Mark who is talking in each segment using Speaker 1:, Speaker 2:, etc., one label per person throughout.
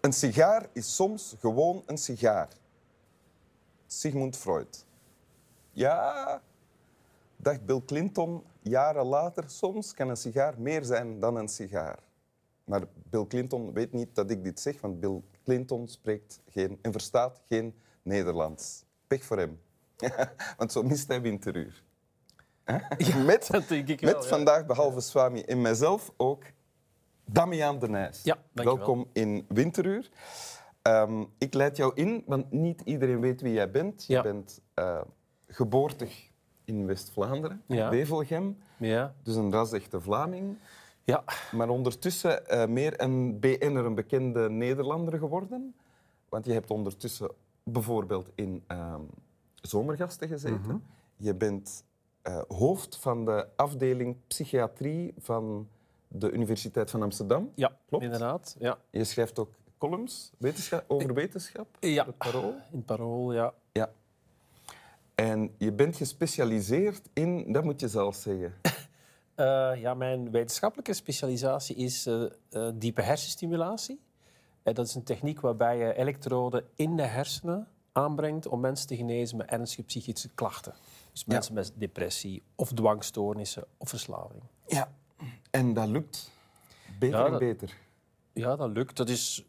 Speaker 1: Een sigaar is soms gewoon een sigaar. Sigmund Freud. Ja, dacht Bill Clinton jaren later. Soms kan een sigaar meer zijn dan een sigaar. Maar Bill Clinton weet niet dat ik dit zeg, want Bill Clinton spreekt geen en verstaat geen Nederlands. Pech voor hem. Want zo mist hij Winteruur.
Speaker 2: Ja,
Speaker 1: met
Speaker 2: dat denk ik wel,
Speaker 1: met
Speaker 2: ja.
Speaker 1: vandaag, behalve Swami en mijzelf, ook Damiaan de Nijs.
Speaker 2: Ja, dankjewel.
Speaker 1: Welkom in Winteruur. Ik leid jou in, want niet iedereen weet wie jij bent.
Speaker 2: Ja.
Speaker 1: Je bent geboortig in West-Vlaanderen,
Speaker 2: Ja.
Speaker 1: Wevelgem.
Speaker 2: Ja.
Speaker 1: Dus een ras-echte Vlaming.
Speaker 2: Ja.
Speaker 1: Maar ondertussen meer een BN'er, een bekende Nederlander geworden. Want je hebt ondertussen bijvoorbeeld in Zomergasten gezeten. Je bent hoofd van de afdeling psychiatrie van de Universiteit van Amsterdam.
Speaker 2: Ja,
Speaker 1: Klopt.
Speaker 2: inderdaad. Ja.
Speaker 1: Je schrijft ook columns over wetenschap.
Speaker 2: Ja.
Speaker 1: voor Het Parool.
Speaker 2: In het Parool, ja.
Speaker 1: Ja. En je bent gespecialiseerd in, dat moet je zelf zeggen.
Speaker 2: Ja, mijn wetenschappelijke specialisatie is diepe hersenstimulatie. Dat is een techniek waarbij je elektroden in de hersenen aanbrengt om mensen te genezen met ernstige psychische klachten. Dus mensen met depressie of dwangstoornissen of verslaving.
Speaker 1: Ja. En dat lukt beter en beter.
Speaker 2: Ja, dat lukt. Dat is...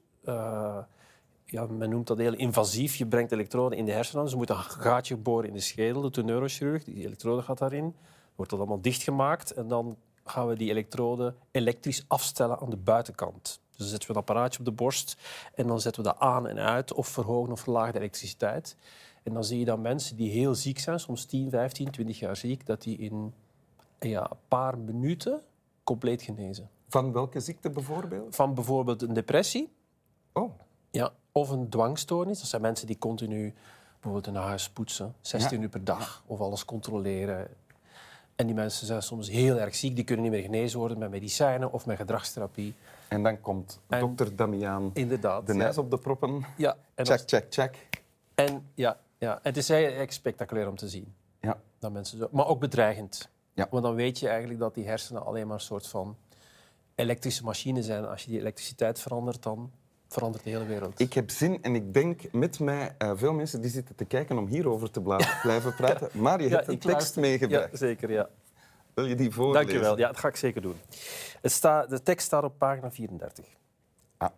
Speaker 2: men noemt dat heel invasief. Je brengt elektroden in de hersenen. Dus er moet een gaatje boren in de schedel, doet de neurochirurg. Die elektrode gaat daarin. Wordt dat allemaal dichtgemaakt. En dan gaan we die elektroden elektrisch afstellen aan de buitenkant. Dus dan zetten we een apparaatje op de borst en dan zetten we dat aan en uit of verhogen of verlagen de elektriciteit. En dan zie je dat mensen die heel ziek zijn, soms 10, 15, 20 jaar ziek, dat die in een paar minuten compleet genezen.
Speaker 1: Van welke ziekte bijvoorbeeld?
Speaker 2: Van bijvoorbeeld een depressie.
Speaker 1: Oh.
Speaker 2: Ja, of een dwangstoornis. Dat zijn mensen die continu bijvoorbeeld hun huis poetsen, 16 uur per dag, of alles controleren. En die mensen zijn soms heel erg ziek. Die kunnen niet meer genezen worden met medicijnen of met gedragstherapie.
Speaker 1: En dan komt dokter Damiaan
Speaker 2: Inderdaad,
Speaker 1: de Nijs op de proppen.
Speaker 2: Ja, en
Speaker 1: Check, check, check.
Speaker 2: En het is heel erg spectaculair om te zien.
Speaker 1: Ja.
Speaker 2: Dat mensen zo, maar ook bedreigend.
Speaker 1: Ja.
Speaker 2: Want dan weet je eigenlijk dat die hersenen alleen maar een soort van elektrische machine zijn. Als je die elektriciteit verandert, dan verandert de hele wereld.
Speaker 1: Ik heb zin en ik denk met mij veel mensen die zitten te kijken om hierover te blijven praten. Maar je hebt een tekst meegebracht.
Speaker 2: Ja, zeker, ja.
Speaker 1: Wil je die voorlezen?
Speaker 2: Dank je wel. Ja, dat ga ik zeker doen. De tekst staat op pagina 34.
Speaker 1: Ah.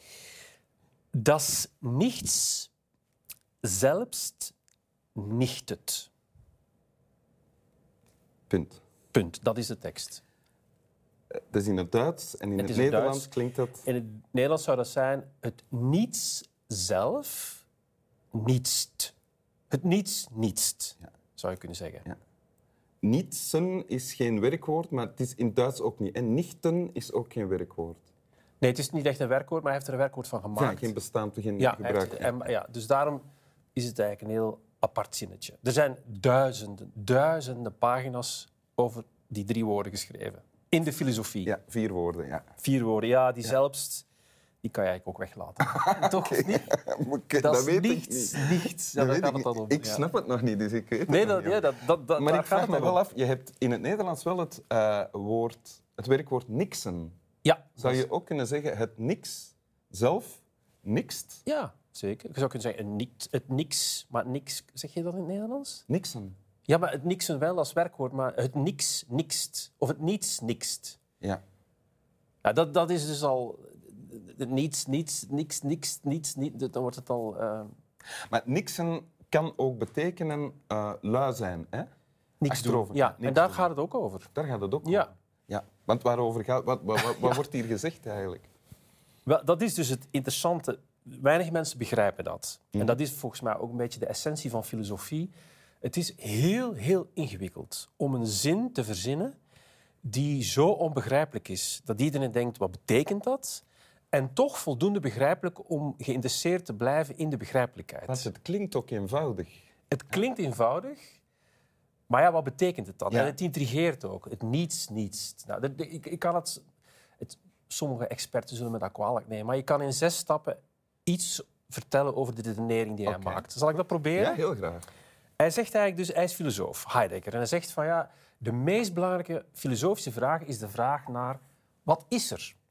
Speaker 2: Das Nichts selbst nichtet.
Speaker 1: Punt.
Speaker 2: Punt. Dat is de tekst.
Speaker 1: Dat is in het Duits en in het
Speaker 2: is
Speaker 1: Nederlands
Speaker 2: Duits.
Speaker 1: klinkt dat...
Speaker 2: In het Nederlands zou dat zijn het niets zelf nietst. Het niets nietst, zou je kunnen zeggen.
Speaker 1: Ja. Nietsen is geen werkwoord, maar het is in het Duits ook niet. En nichten is ook geen werkwoord.
Speaker 2: Nee, het is niet echt een werkwoord, maar hij heeft er een werkwoord van gemaakt.
Speaker 1: Ja, geen bestaand, geen
Speaker 2: Ja,
Speaker 1: gebruik.
Speaker 2: dus daarom is het eigenlijk een heel apart zinnetje. Er zijn duizenden pagina's over die 3 woorden geschreven. In de filosofie.
Speaker 1: Ja, 4 woorden, ja.
Speaker 2: 4 woorden, ja, die zelfs... Die kan je eigenlijk ook weglaten. Toch of niet?
Speaker 1: Dat weet
Speaker 2: niets,
Speaker 1: ik niet.
Speaker 2: niets. Ja,
Speaker 1: Dat
Speaker 2: daar
Speaker 1: weet
Speaker 2: gaat
Speaker 1: ik
Speaker 2: het dan
Speaker 1: niet.
Speaker 2: om.
Speaker 1: Ik snap het nog niet, dus ik weet het
Speaker 2: Nee,
Speaker 1: nog niet.
Speaker 2: maar
Speaker 1: ik vraag me wel af, je hebt in het Nederlands wel het werkwoord niksen.
Speaker 2: Ja.
Speaker 1: Zou je ook kunnen zeggen het niks zelf nikst?
Speaker 2: Ja, zeker. Je zou kunnen zeggen het niks, maar niks... Zeg je dat in het Nederlands?
Speaker 1: Niksen.
Speaker 2: Ja, maar het niksen wel als werkwoord, maar het niks nikst. Of het niets nikst.
Speaker 1: Ja.
Speaker 2: Ja, dat is dus al... Niets, dan wordt het al...
Speaker 1: Maar niksen kan ook betekenen lui zijn, hè?
Speaker 2: Niks
Speaker 1: Als je
Speaker 2: doen.
Speaker 1: erover
Speaker 2: Ja,
Speaker 1: gaat.
Speaker 2: en
Speaker 1: Niks
Speaker 2: daar
Speaker 1: doen.
Speaker 2: gaat het ook over.
Speaker 1: Daar gaat het ook
Speaker 2: Ja.
Speaker 1: over. Ja. Want waarover gaat... Wat wordt hier gezegd eigenlijk?
Speaker 2: Wel, dat is dus het interessante. Weinig mensen begrijpen dat. En dat is volgens mij ook een beetje de essentie van filosofie. Het is heel, heel ingewikkeld om een zin te verzinnen die zo onbegrijpelijk is dat iedereen denkt, wat betekent dat? En toch voldoende begrijpelijk om geïnteresseerd te blijven in de begrijpelijkheid.
Speaker 1: Want het klinkt ook eenvoudig.
Speaker 2: Het klinkt eenvoudig, maar ja, wat betekent het dan?
Speaker 1: Ja.
Speaker 2: En het intrigeert ook. Het niets. Nou, ik kan sommige experten zullen me dat kwalijk nemen, maar je kan in 6 stappen iets vertellen over de redenering die hij maakt. Zal ik dat proberen?
Speaker 1: Ja, heel graag.
Speaker 2: Hij zegt eigenlijk dus, hij is filosoof, Heidegger. En hij zegt van ja, de meest belangrijke filosofische vraag is de vraag naar wat is er?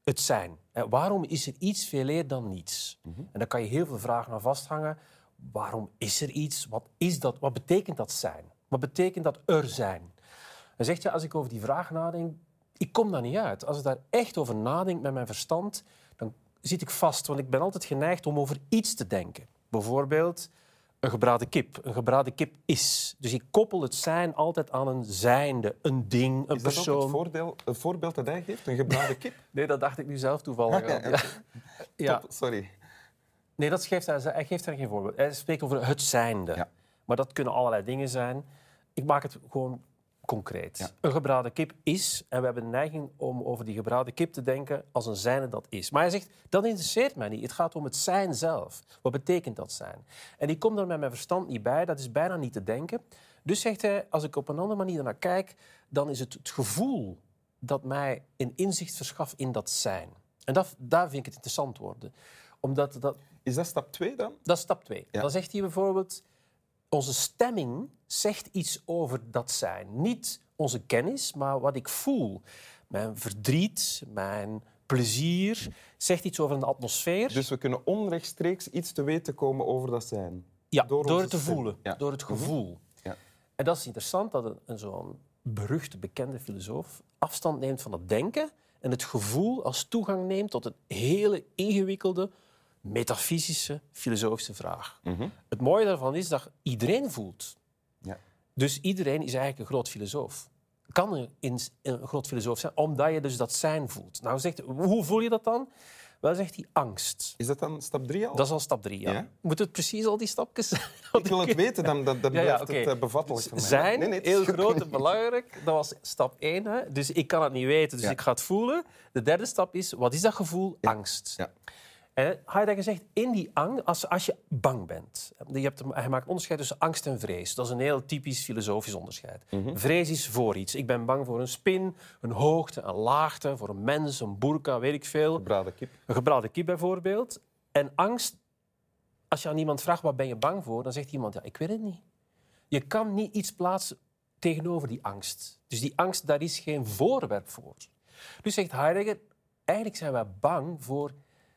Speaker 2: het zijn. Waarom is er iets veel eer dan niets? En daar kan je heel veel vragen aan vasthangen. Waarom is er iets? Wat is dat? Wat betekent dat zijn? Wat betekent dat er zijn? Dan zegt je, als ik over die vraag nadenk, ik kom daar niet uit. Als ik daar echt over nadenk met mijn verstand, dan zit ik vast. Want ik ben altijd geneigd om over iets te denken. Bijvoorbeeld een gebraden kip. Een gebraden kip is. Dus ik koppel het zijn altijd aan een zijnde, een ding, een persoon.
Speaker 1: Is dat ook het voorbeeld dat hij geeft? Een gebraden kip?
Speaker 2: Nee, dat dacht ik nu zelf toevallig aan.
Speaker 1: Ja.
Speaker 2: Ja.
Speaker 1: Sorry.
Speaker 2: Nee, hij geeft daar geen voorbeeld. Hij spreekt over het zijnde.
Speaker 1: Ja.
Speaker 2: Maar dat kunnen allerlei dingen zijn. Ik maak het gewoon concreet.
Speaker 1: Ja.
Speaker 2: Een gebraden kip is, en we hebben de neiging om over die gebraden kip te denken als een zijnde dat is. Maar hij zegt, dat interesseert mij niet. Het gaat om het zijn zelf. Wat betekent dat zijn? En ik kom daar met mijn verstand niet bij. Dat is bijna niet te denken. Dus zegt hij, als ik op een andere manier naar kijk, dan is het gevoel dat mij een inzicht verschaft in dat zijn. En daar vind ik het interessant worden. Omdat dat...
Speaker 1: Is dat stap 2 dan?
Speaker 2: Dat is stap 2.
Speaker 1: Ja.
Speaker 2: Dan zegt hij bijvoorbeeld, onze stemming zegt iets over dat zijn. Niet onze kennis, maar wat ik voel. Mijn verdriet, mijn plezier, zegt iets over een atmosfeer.
Speaker 1: Dus we kunnen onrechtstreeks iets te weten komen over dat zijn.
Speaker 2: Ja,
Speaker 1: door
Speaker 2: door
Speaker 1: onze
Speaker 2: het te
Speaker 1: stem.
Speaker 2: voelen,
Speaker 1: Ja.
Speaker 2: door het gevoel.
Speaker 1: Ja.
Speaker 2: En dat is interessant, dat zo'n beruchte, bekende filosoof afstand neemt van het denken en het gevoel als toegang neemt tot een hele ingewikkelde, metafysische, filosofische vraag. Het mooie daarvan is dat iedereen voelt.
Speaker 1: Ja.
Speaker 2: Dus iedereen is eigenlijk een groot filosoof. Kan een groot filosoof zijn, omdat je dus dat zijn voelt. Nou, zegt, hoe voel je dat dan? Wel, zegt hij, angst.
Speaker 1: Is dat dan stap 3 al?
Speaker 2: Dat is al stap 3, ja.
Speaker 1: Ja?
Speaker 2: Moet het precies al die stapjes zijn?
Speaker 1: Ik wil het weten, dan blijft
Speaker 2: oké.
Speaker 1: het bevattelijk voor mij.
Speaker 2: Zijn,
Speaker 1: Nee, het is
Speaker 2: heel
Speaker 1: goed.
Speaker 2: groot en belangrijk. Dat was stap 1. Hè. Dus ik kan het niet weten, dus
Speaker 1: Ja.
Speaker 2: ik ga het voelen. De derde stap is, wat is dat gevoel?
Speaker 1: Ja.
Speaker 2: Angst.
Speaker 1: Ja.
Speaker 2: En Heidegger zegt, in die angst, als je bang bent... Hij maakt onderscheid tussen angst en vrees. Dat is een heel typisch filosofisch onderscheid. Vrees is voor iets. Ik ben bang voor een spin, een hoogte, een laagte, voor een mens, een burka, weet ik veel.
Speaker 1: Gebraden kip.
Speaker 2: Een gebraden kip bijvoorbeeld. En angst, als je aan iemand vraagt, wat ben je bang voor? Dan zegt iemand, ja, ik weet het niet. Je kan niet iets plaatsen tegenover die angst. Dus die angst, daar is geen voorwerp voor. Dus zegt Heidegger, eigenlijk zijn wij bang voor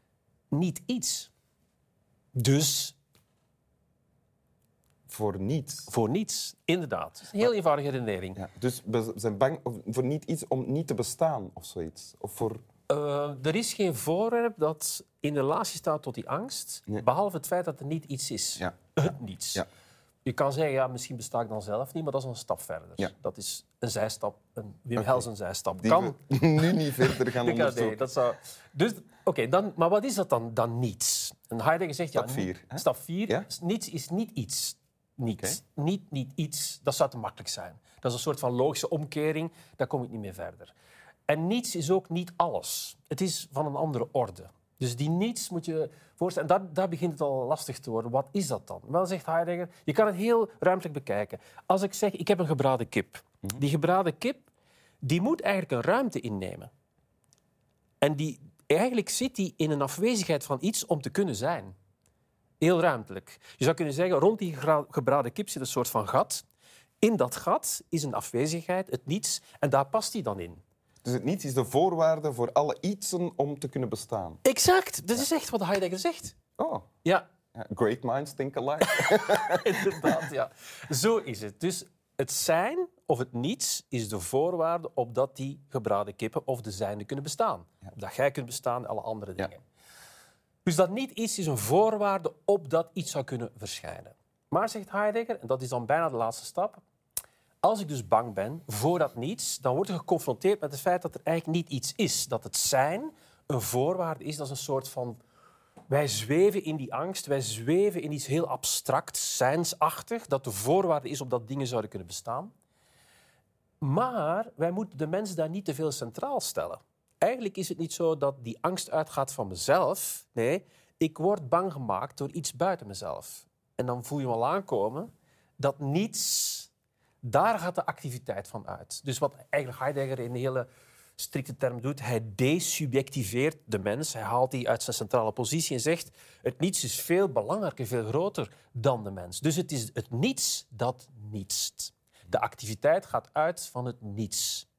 Speaker 2: niet iets. Dus
Speaker 1: Voor niets.
Speaker 2: voor niets, inderdaad. Dat is een heel eenvoudige redenering.
Speaker 1: Ja, dus we zijn bang voor niet iets om niet te bestaan of zoiets. Of voor...
Speaker 2: Er is geen voorwerp dat in relatie staat tot die angst,
Speaker 1: Nee.
Speaker 2: behalve het feit dat er niet iets is.
Speaker 1: Ja.
Speaker 2: Het niets.
Speaker 1: Ja.
Speaker 2: Je kan zeggen, ja, misschien besta ik dan zelf niet, maar dat is een stap verder.
Speaker 1: Ja.
Speaker 2: Dat is een zijstap, een Wim
Speaker 1: Oké.
Speaker 2: Helsen zijstap.
Speaker 1: Die
Speaker 2: Kan.
Speaker 1: we nu niet verder gaan
Speaker 2: Nee,
Speaker 1: onderzoeken.
Speaker 2: dat zou... Dus, oké, maar wat is dat dan niets? En Heidegger zegt,
Speaker 1: Stap
Speaker 2: ja,
Speaker 1: 4, hè?
Speaker 2: Stap 4,
Speaker 1: Ja?
Speaker 2: niets is niet iets. Niets. Niet iets, dat zou te makkelijk zijn. Dat is een soort van logische omkering, daar kom ik niet meer verder. En niets is ook niet alles. Het is van een andere orde. Dus die niets moet je voorstellen. En daar begint het al lastig te worden. Wat is dat dan? Wel, zegt Heidegger, je kan het heel ruimtelijk bekijken. Als ik zeg, ik heb een gebraden kip. Die gebraden kip, die moet eigenlijk een ruimte innemen. En eigenlijk zit die in een afwezigheid van iets om te kunnen zijn. Heel ruimtelijk. Je zou kunnen zeggen, rond die gebraden kip zit een soort van gat. In dat gat is een afwezigheid, het niets, en daar past hij dan in.
Speaker 1: Dus het niets is de voorwaarde voor alle ietsen om te kunnen bestaan.
Speaker 2: Exact, dat is echt wat Heidegger zegt.
Speaker 1: Oh,
Speaker 2: Ja,
Speaker 1: ja, great minds think alike.
Speaker 2: inderdaad, ja. Zo is het. Dus het zijn of het niets is de voorwaarde opdat die gebraden kippen of de zijnde kunnen bestaan.
Speaker 1: Ja.
Speaker 2: Opdat jij kunt bestaan en alle andere
Speaker 1: Ja.
Speaker 2: dingen. Dus dat niet iets is een voorwaarde opdat iets zou kunnen verschijnen. Maar, zegt Heidegger, en dat is dan bijna de laatste stap, als ik dus bang ben voor dat niets, dan word ik geconfronteerd met het feit dat er eigenlijk niet iets is. Dat het zijn een voorwaarde is, dat is een soort van... Wij zweven in die angst, wij zweven in iets heel abstract, zijnsachtig, dat de voorwaarde is opdat dingen zouden kunnen bestaan. Maar wij moeten de mens daar niet te veel centraal stellen. Eigenlijk is het niet zo dat die angst uitgaat van mezelf. Nee, ik word bang gemaakt door iets buiten mezelf. En dan voel je me al aankomen dat niets... Daar gaat de activiteit van uit. Dus wat eigenlijk Heidegger in een hele strikte term doet, hij desubjectiveert de mens. Hij haalt die uit zijn centrale positie en zegt, het niets is veel belangrijker, veel groter dan de mens. Dus het is het niets dat nietst. De activiteit gaat uit van het niets.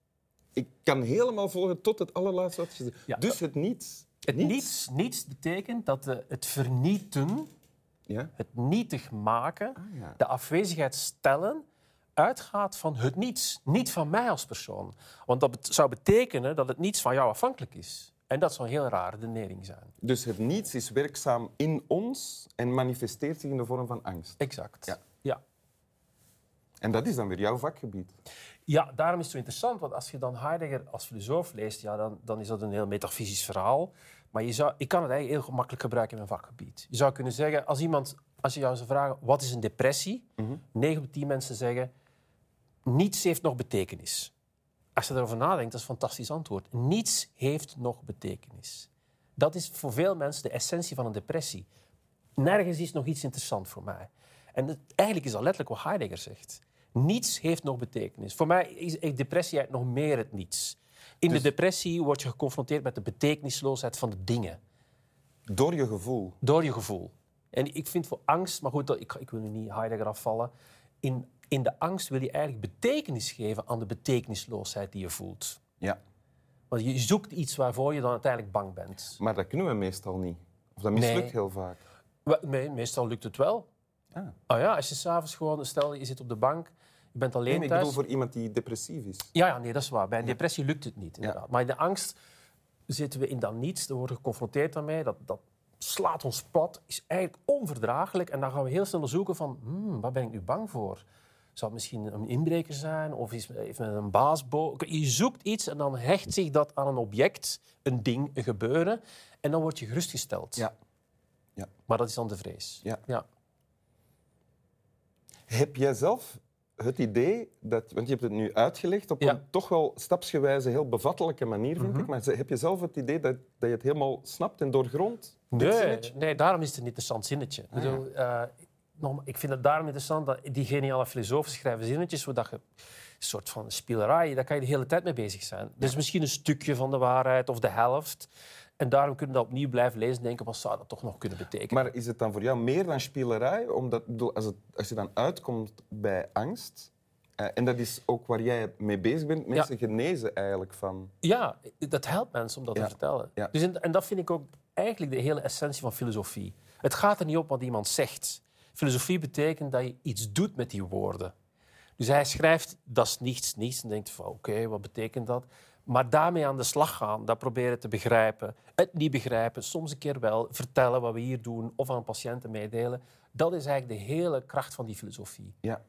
Speaker 1: Ik kan helemaal volgen tot het allerlaatste wat je zegt.
Speaker 2: Ja.
Speaker 1: Dus het niets.
Speaker 2: Het niets betekent dat het vernieten,
Speaker 1: Ja?
Speaker 2: het nietig maken,
Speaker 1: ja.
Speaker 2: de afwezigheid stellen, uitgaat van het niets. Niet van mij als persoon. Want dat zou betekenen dat het niets van jou afhankelijk is. En dat zou een heel rare redenering zijn.
Speaker 1: Dus het niets is werkzaam in ons en manifesteert zich in de vorm van angst.
Speaker 2: Exact.
Speaker 1: Ja.
Speaker 2: Ja.
Speaker 1: En dat is dan weer jouw vakgebied.
Speaker 2: Ja, daarom is het zo interessant, want als je dan Heidegger als filosoof leest, ja, dan is dat een heel metafysisch verhaal. Maar ik kan het eigenlijk heel gemakkelijk gebruiken in mijn vakgebied. Je zou kunnen zeggen, als je jou zou vragen, wat is een depressie? 9 op 10 mensen zeggen, niets heeft nog betekenis. Als je erover nadenkt, dat is een fantastisch antwoord. Niets heeft nog betekenis. Dat is voor veel mensen de essentie van een depressie. Nergens is nog iets interessant voor mij. En eigenlijk is dat letterlijk wat Heidegger zegt. Niets heeft nog betekenis. Voor mij is depressie eigenlijk nog meer het niets. In de depressie word je geconfronteerd met de betekenisloosheid van de dingen.
Speaker 1: Door je gevoel.
Speaker 2: Door je gevoel. En ik vind voor angst, maar goed, ik wil nu niet Heidegger afvallen. In de angst wil je eigenlijk betekenis geven aan de betekenisloosheid die je voelt.
Speaker 1: Ja.
Speaker 2: Want je zoekt iets waarvoor je dan uiteindelijk bang bent.
Speaker 1: Maar dat kunnen we meestal niet. Of dat mislukt
Speaker 2: Nee.
Speaker 1: heel vaak.
Speaker 2: Nee, meestal lukt het wel. Oh ja, als je s'avonds gewoon, stel je zit op de bank, je bent alleen
Speaker 1: Nee, ik
Speaker 2: thuis.
Speaker 1: bedoel voor iemand die depressief is.
Speaker 2: Ja, nee, dat is waar. Bij een depressie lukt het niet, inderdaad. Maar in de angst zitten we in dat niets, dan worden we geconfronteerd daarmee. Dat slaat ons plat, is eigenlijk onverdraaglijk. En dan gaan we heel snel zoeken van, waar ben ik nu bang voor? Zou het misschien een inbreker zijn? Of heeft men een baas Je zoekt iets en dan hecht zich dat aan een object, een ding, een gebeuren. En dan word je gerustgesteld.
Speaker 1: Ja. Ja.
Speaker 2: Maar dat is dan de vrees.
Speaker 1: Ja. Heb jij zelf het idee, want je hebt het nu uitgelegd op een toch wel stapsgewijze heel bevattelijke manier, vind ik. Maar heb je zelf het idee dat je het helemaal snapt en doorgrondt?
Speaker 2: Nee, daarom is het een interessant zinnetje. Ik vind het daarom interessant dat die geniale filosofen schrijven zinnetjes, zodat je een soort van spielerij, daar kan je de hele tijd mee bezig zijn. Dus misschien een stukje van de waarheid of de helft. En daarom kunnen we dat opnieuw blijven lezen en denken, wat zou dat toch nog kunnen betekenen?
Speaker 1: Maar is het dan voor jou meer dan spielerij? Omdat, als je dan uitkomt bij angst, en dat is ook waar jij mee bezig bent, mensen genezen eigenlijk van...
Speaker 2: Ja, dat helpt mensen om dat te vertellen.
Speaker 1: Ja.
Speaker 2: Dus en dat vind ik ook eigenlijk de hele essentie van filosofie. Het gaat er niet op wat iemand zegt. Filosofie betekent dat je iets doet met die woorden. Dus hij schrijft, dat is niets. En denkt van, oké, wat betekent dat? Maar daarmee aan de slag gaan, dat proberen te begrijpen. Het niet begrijpen, soms een keer wel. Vertellen wat we hier doen of aan patiënten meedelen. Dat is eigenlijk de hele kracht van die filosofie.
Speaker 1: Ja.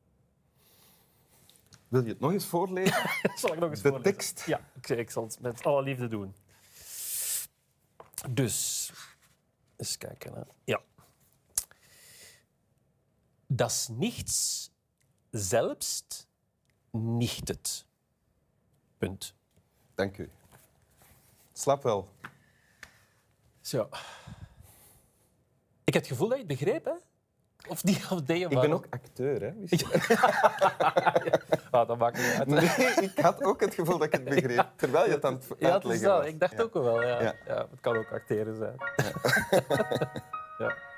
Speaker 1: Wil je het nog eens voorlezen?
Speaker 2: Zal ik nog eens
Speaker 1: voorlezen? Tekst?
Speaker 2: Ja, ik zal het met alle liefde doen. Dus, eens kijken. Hè. Ja. Das Nichts selbst nichtet. Punt.
Speaker 1: Dank u. Slaap wel.
Speaker 2: Zo. Ik heb het gevoel dat je het begreep, hè? Of deed je
Speaker 1: Ik ben ook acteur, hè?
Speaker 2: Dat maakt niet uit.
Speaker 1: Nee, ik had ook het gevoel dat ik het begreep, terwijl je het aan het uitleggen was.
Speaker 2: Ik dacht ook wel, ja. Het kan ook acteren zijn. Ja.